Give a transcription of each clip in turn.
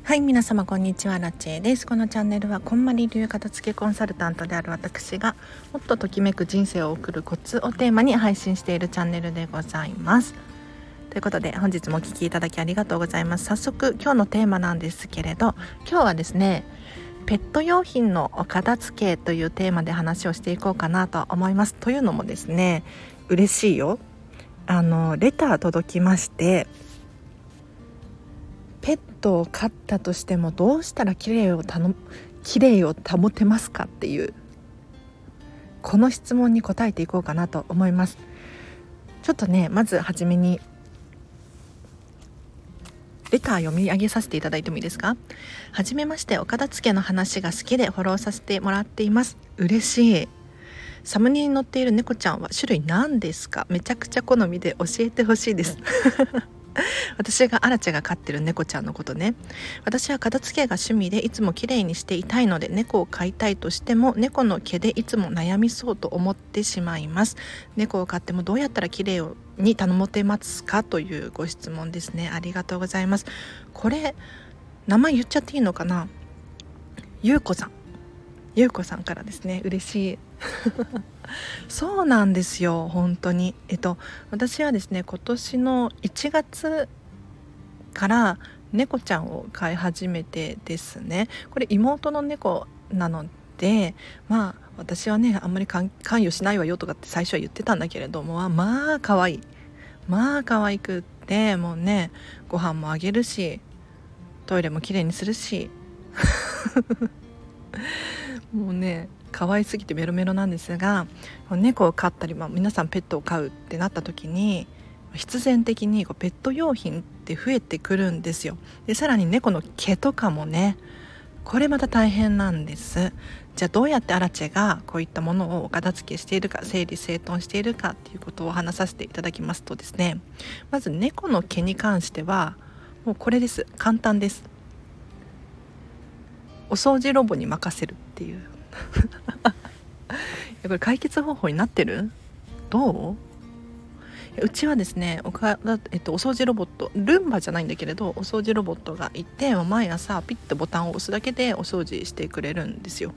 はい、皆様こんにちは、ラチェです。このチャンネルはこんまり流片付けコンサルタントである私がもっとときめく人生を送るコツをテーマに配信しているチャンネルでございます。ということで本日もお聞きいただきありがとうございます。早速今日のテーマなんですけれど、今日はですね、ペット用品のお片付けというテーマで話をしていこうかなと思います。というのもですね、嬉しいよ、レター届きまして、ペットを飼ったとしてもどうしたらきれいを保てますかっていうこの質問に答えていこうかなと思います。ちょっとね、まずはじめにレター読み上げさせていただいてもいいですか。はじめまして、お片付けの話が好きでフォローさせてもらっています。嬉しい。サムネに載っている猫ちゃんは種類何ですか？めちゃくちゃ好みで教えてほしいです私がアラチェが飼ってる猫ちゃんのことね。私は片付けが趣味でいつも綺麗にしていたいので、猫を飼いたいとしても猫の毛でいつも悩みそうと思ってしまいます。猫を飼ってもどうやったら綺麗に保てますかというご質問ですね。ありがとうございます。これ名前言っちゃっていいのかな。ゆうこさんからですね。嬉しいそうなんですよ、本当に。私はですね、今年の1月から猫ちゃんを飼い始めてですね、これ妹の猫なので、私はね、あんまり関与しないわよとかって最初は言ってたんだけれども、可愛い、可愛くって、もうね、ご飯もあげるし、トイレもきれいにするしもうね、可愛すぎてメロメロなんですが、猫を飼ったり、皆さんペットを飼うってなった時に必然的にペット用品って増えてくるんですよ。でさらに猫の毛とかもね、これまた大変なんです。じゃあどうやってアラチェがこういったものをお片付けしているか、整理整頓しているかっていうことを話させていただきますとですね、まず猫の毛に関してはもうこれです。簡単です。お掃除ロボに任せるっていうこれ解決方法になってる？どうちはですね、お掃除ロボット、ルンバじゃないんだけれどお掃除ロボットがいて、毎朝ピッとボタンを押すだけでお掃除してくれるんですよ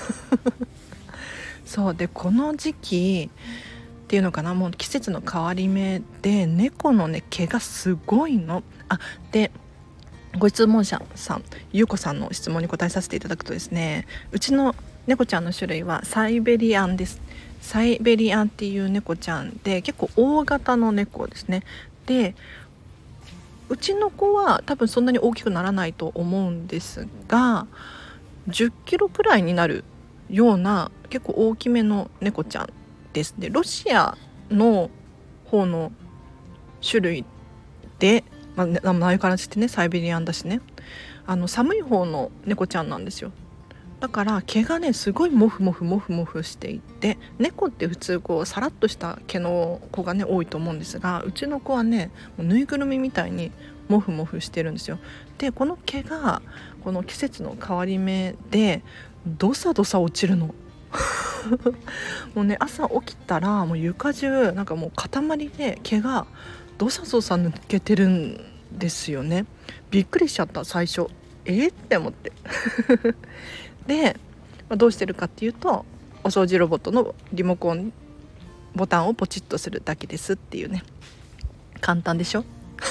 そうで、この時期っていうのかな、もう季節の変わり目で猫のね、毛がすごいの。でご質問者さん、ゆうこさんの質問に答えさせていただくとですね、うちの猫ちゃんの種類はサイベリアンです。サイベリアンっていう猫ちゃんで、結構大型の猫ですね。でうちの子は多分そんなに大きくならないと思うんですが、10キロくらいになるような結構大きめの猫ちゃんです。でロシアの方の種類で、名前からしてね、サイベリアンだしね、寒い方の猫ちゃんなんですよ。だから毛がね、すごいモフモフしていて、猫って普通さらっとした毛の子がね多いと思うんですが、うちの子はね、ぬいぐるみみたいにモフモフしてるんですよ。でこの毛がこの季節の変わり目でどさどさ落ちるのもうね、朝起きたらもう床中なんかもう塊で毛がどさどさ抜けてるんですよね。びっくりしちゃった最初。って思ってで、どうしてるかっていうと、お掃除ロボットのリモコンボタンをポチッとするだけですっていうね。簡単でしょ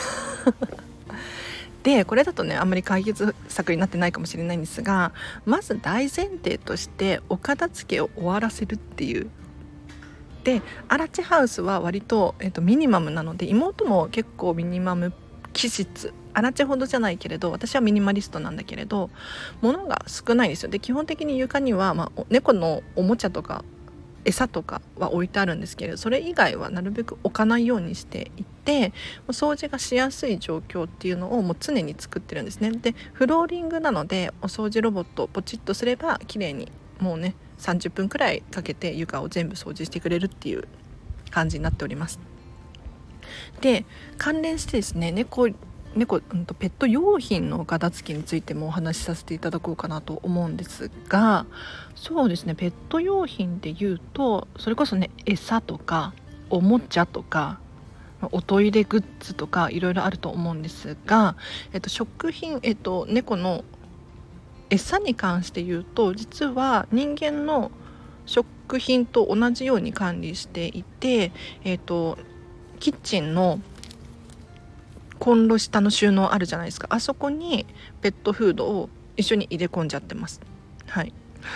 でこれだとね、あんまり解決策になってないかもしれないんですが、まず大前提としてお片付けを終わらせるっていう。でアラチハウスは割と、ミニマムなので、妹も結構ミニマム気質、アラチェほどじゃないけれど、私はミニマリストなんだけれど、物が少ないんですよ。で基本的に床には、猫のおもちゃとか餌とかは置いてあるんですけれど、それ以外はなるべく置かないようにしていて、掃除がしやすい状況っていうのをもう常に作ってるんですね。でフローリングなので、お掃除ロボットをポチッとすれば綺麗にもうね、30分くらいかけて床を全部掃除してくれるっていう感じになっております。で関連してですね、ペット用品の片付けについてもお話しさせていただこうかなと思うんですが、そうですね、ペット用品で言うと、それこそね、餌とかおもちゃとか、 おトイレグッズとかいろいろあると思うんですが、食品、猫の餌に関して言うと、実は人間の食品と同じように管理していて、キッチンのコンロ下の収納あるじゃないですか、あそこにペットフードを一緒に入れ込んじゃってます。はい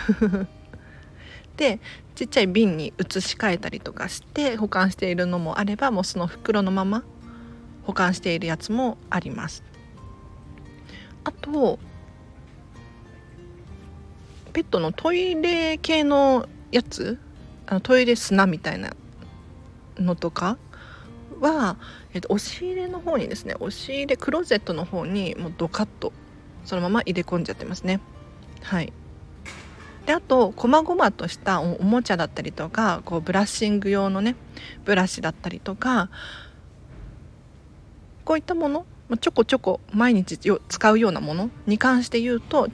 でちっちゃい瓶に移し替えたりとかして保管しているのもあれば、もうその袋のまま保管しているやつもあります。あとペットのトイレ系のやつ、トイレ砂みたいなのとかは、押し入れの方にですね、押し入れクローゼットの方にもうドカッとそのまま入れ込んじゃってますね。はい。であと細々としたおもちゃだったりとか、こうブラッシング用のねブラシだったりとか、こういったものちょこちょこ毎日使うようなものに関して言うと、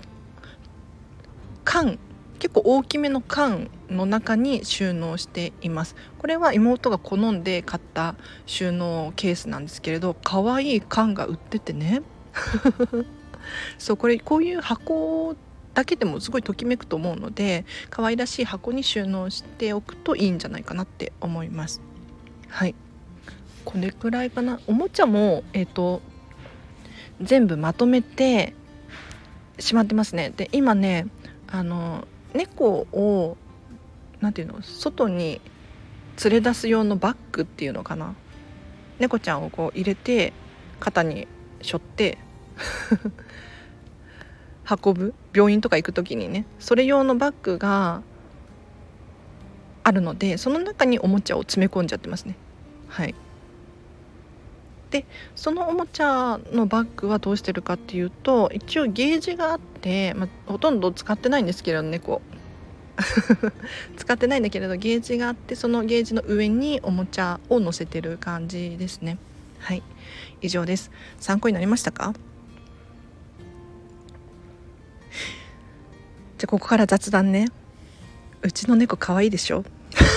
缶、結構大きめの缶の中に収納しています。これは妹が好んで買った収納ケースなんですけれど、可愛い缶が売っててねそう、こういう箱だけでもすごいときめくと思うので、可愛らしい箱に収納しておくといいんじゃないかなって思います。はい、これくらいかな。おもちゃも全部まとめてしまってますね。で今ね、猫をなんていうの、外に連れ出す用のバッグっていうのかな、猫ちゃんをこう入れて肩に背負って運ぶ、病院とか行く時にね、それ用のバッグがあるので、その中におもちゃを詰め込んじゃってますね。はい。でそのおもちゃのバッグはどうしてるかっていうと、一応ゲージがあって、ほとんど使ってないんですけれど、猫使ってないんだけれどゲージがあって、そのゲージの上におもちゃを乗せてる感じですね。はい、以上です。参考になりましたか？じゃあここから雑談ね。うちの猫可愛いでしょ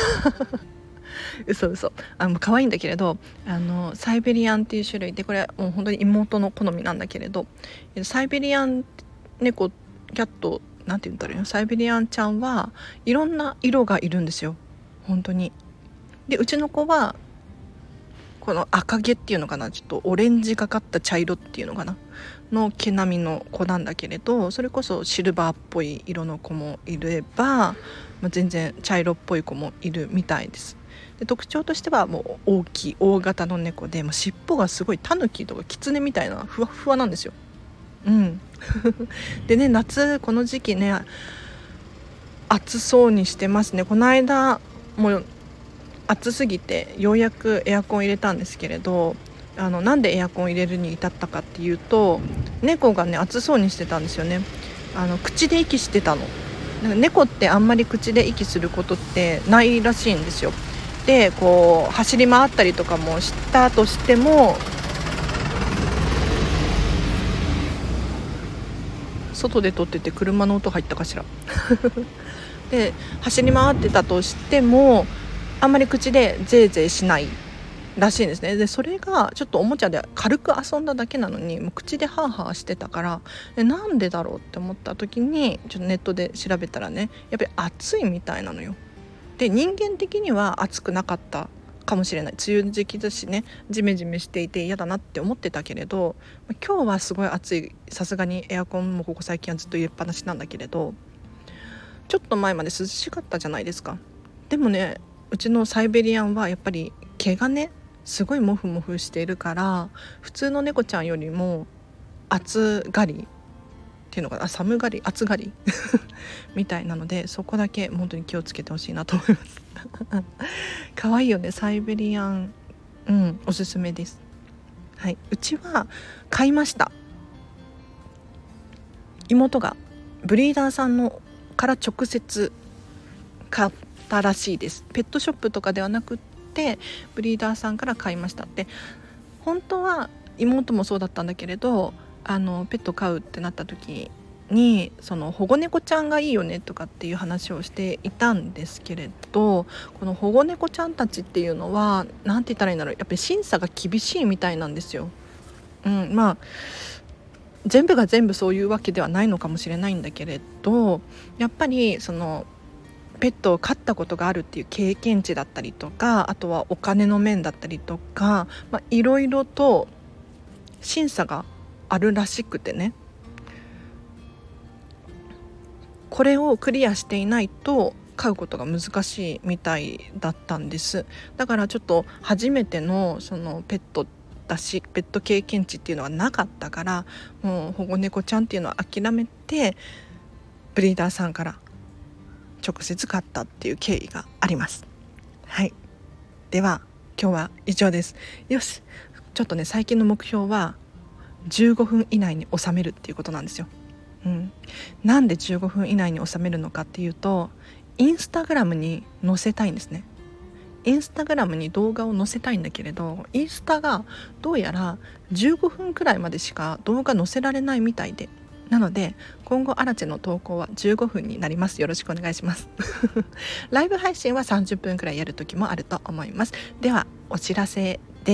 嘘可愛いんだけれど、サイベリアンっていう種類で、これはもう本当に妹の好みなんだけれど、サイベリアン猫キャットなんて言うんだろう、サイベリアンちゃんはいろんな色がいるんですよ、本当に。でうちの子はこの赤毛っていうのかな、ちょっとオレンジがかった茶色っていうのかなの毛並みの子なんだけれど、それこそシルバーっぽい色の子もいれば、全然茶色っぽい子もいるみたいです。で特徴としてはもう大きい大型の猫で、尻尾がすごいタヌキとかキツネみたいなふわふわなんですよ。でね、夏この時期ね暑そうにしてますね。この間もう暑すぎてようやくエアコン入れたんですけれど、なんでエアコン入れるに至ったかっていうと、猫がね暑そうにしてたんですよね。口で息してたの。なんか猫ってあんまり口で息することってないらしいんですよ。でこう走り回ったりとかもしたとしても、外で撮ってて車の音入ったかしらで走り回ってたとしてもあんまり口でゼーゼーしないらしいんですね。でそれがちょっとおもちゃで軽く遊んだだけなのに、もう口でハーハーしてたから、なんでだろうって思った時にちょっとネットで調べたらね、やっぱり暑いみたいなのよ。で人間的には暑くなかったかもしれない、梅雨時期だしね、ジメジメしていて嫌だなって思ってたけれど、今日はすごい暑い。さすがにエアコンもここ最近はずっと入れっぱなしなんだけれど、ちょっと前まで涼しかったじゃないですか。でもね、うちのサイベリアンはやっぱり毛がねすごいモフモフしているから、普通の猫ちゃんよりも暑がりっていうのかな、寒がり暑がりみたいなので、そこだけ本当に気をつけてほしいなと思います可愛いよね、サイベリアン。おすすめです。はい、うちは買いました。妹がブリーダーさんのから直接買ったらしいです。ペットショップとかではなくってブリーダーさんから買いましたって。本当は妹もそうだったんだけれど、ペット飼うってなった時にその保護猫ちゃんがいいよねとかっていう話をしていたんですけれど、この保護猫ちゃんたちっていうのはなんて言ったらいいんだろう、やっぱり審査が厳しいみたいなんですよ。まあ全部が全部そういうわけではないのかもしれないんだけれど、やっぱりそのペットを飼ったことがあるっていう経験値だったりとか、あとはお金の面だったりとか、いろいろと審査があるらしくてね、これをクリアしていないと飼うことが難しいみたいだったんです。だからちょっと初めてのそのペットだし、ペット経験値っていうのはなかったから、もう保護猫ちゃんっていうのは諦めてブリーダーさんから直接買ったっていう経緯があります。はい、では今日は以上です。よし、ちょっとね、最近の目標は15分以内に収めるっていうことなんですよ。なんで15分以内に収めるのかっていうと、インスタグラムに載せたいんですね。インスタグラムに動画を載せたいんだけれど、インスタがどうやら15分くらいまでしか動画載せられないみたいで、なので今後アラチェの投稿は15分になります。よろしくお願いしますライブ配信は30分くらいやる時もあると思います。ではお知らせです。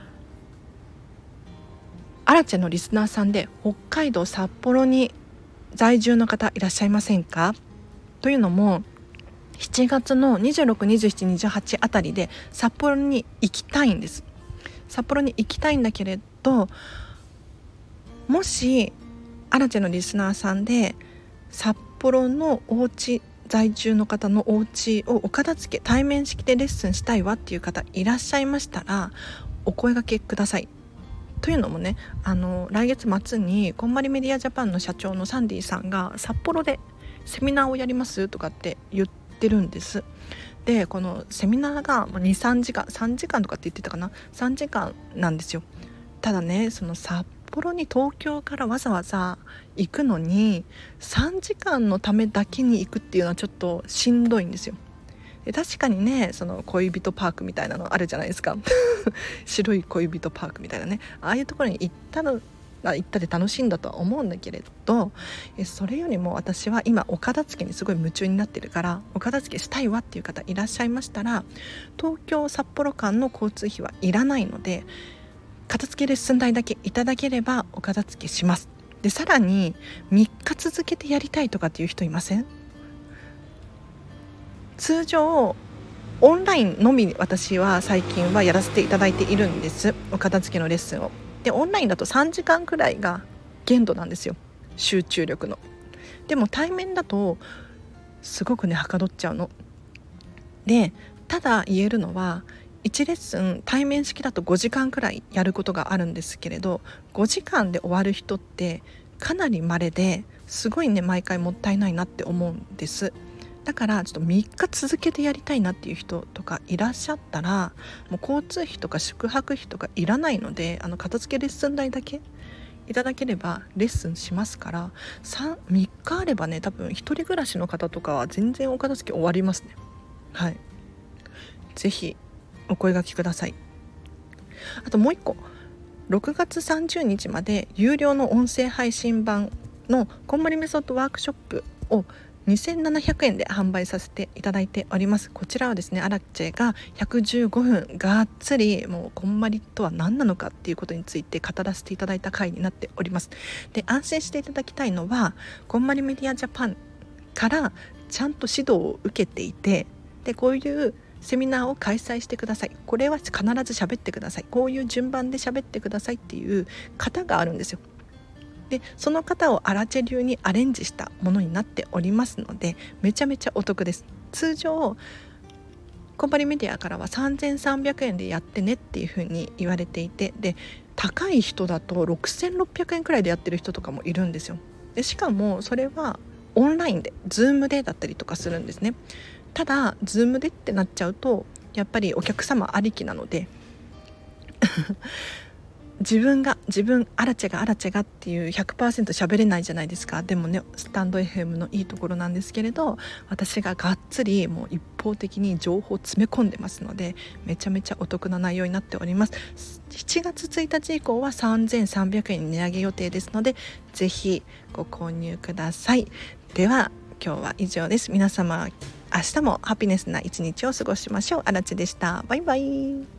アラチェのリスナーさんで北海道札幌に在住の方いらっしゃいませんか？というのも7月の26、27、28あたりで札幌に行きたいんです。札幌に行きたいんだけれど、もしアラチェのリスナーさんで札幌のお家在住の方のお家をお片付け対面式でレッスンしたいわっていう方いらっしゃいましたらお声掛けください。というのもね、来月末にこんまりメディアジャパンの社長のサンディさんが札幌でセミナーをやりますとかって言ってるんです。でこのセミナーが 2,3 時間3時間とかって言ってたかな、3時間なんですよ。ただね、その札幌に東京からわざわざ行くのに3時間のためだけに行くっていうのはちょっとしんどいんですよ。で確かにね、その恋人パークみたいなのあるじゃないですか白い恋人パークみたいなね、ああいうところに行ったで楽しいんだとは思うんだけれど、それよりも私は今お片付けにすごい夢中になってるから、お片付けしたいわっていう方いらっしゃいましたら、東京札幌間の交通費はいらないので片付けレッスン代だけいただければお片付けします。でさらに3日続けてやりたいとかっていう人いません？通常オンラインのみ私は最近はやらせていただいているんです、お片付けのレッスンを。でオンラインだと3時間くらいが限度なんですよ、集中力の。でも対面だとすごくねはかどっちゃうので、ただ言えるのは1レッスン対面式だと5時間くらいやることがあるんですけれど、5時間で終わる人ってかなり稀ですごいね毎回もったいないなって思うんです。だからちょっと3日続けてやりたいなっていう人とかいらっしゃったら、もう交通費とか宿泊費とかいらないので、片付けレッスン代だけいただければレッスンしますから、3日あればね、多分一人暮らしの方とかは全然お片付け終わりますね。はい、ぜひお声掛けください。あともう一個、6月30日まで有料の音声配信版のこんまりメソッドワークショップを2700円で販売させていただいております。こちらはですね、アラチェが115分がっつりもうこんまりとは何なのかっていうことについて語らせていただいた回になっております。で安心していただきたいのは、こんまりメディアジャパンからちゃんと指導を受けていて、でこういうセミナーを開催してください、これは必ず喋ってください、こういう順番で喋ってくださいっていう型があるんですよ。でその方をアラチェ流にアレンジしたものになっておりますので、めちゃめちゃお得です。通常コンパニメディアからは3300円でやってねっていう風に言われていて、で高い人だと6600円くらいでやってる人とかもいるんですよ。でしかもそれはオンラインで Zoom でだったりとかするんですね。ただ Zoom でってなっちゃうとやっぱりお客様ありきなので自分アラチェがっていう 100% 喋れないじゃないですか。でもねスタンド FM のいいところなんですけれど、私ががっつりもう一方的に情報を詰め込んでますので、めちゃめちゃお得な内容になっております。7月1日以降は3300円に値上げ予定ですので、ぜひご購入ください。では今日は以上です。皆様明日もハピネスな一日を過ごしましょう。アラチェでした。バイバイ。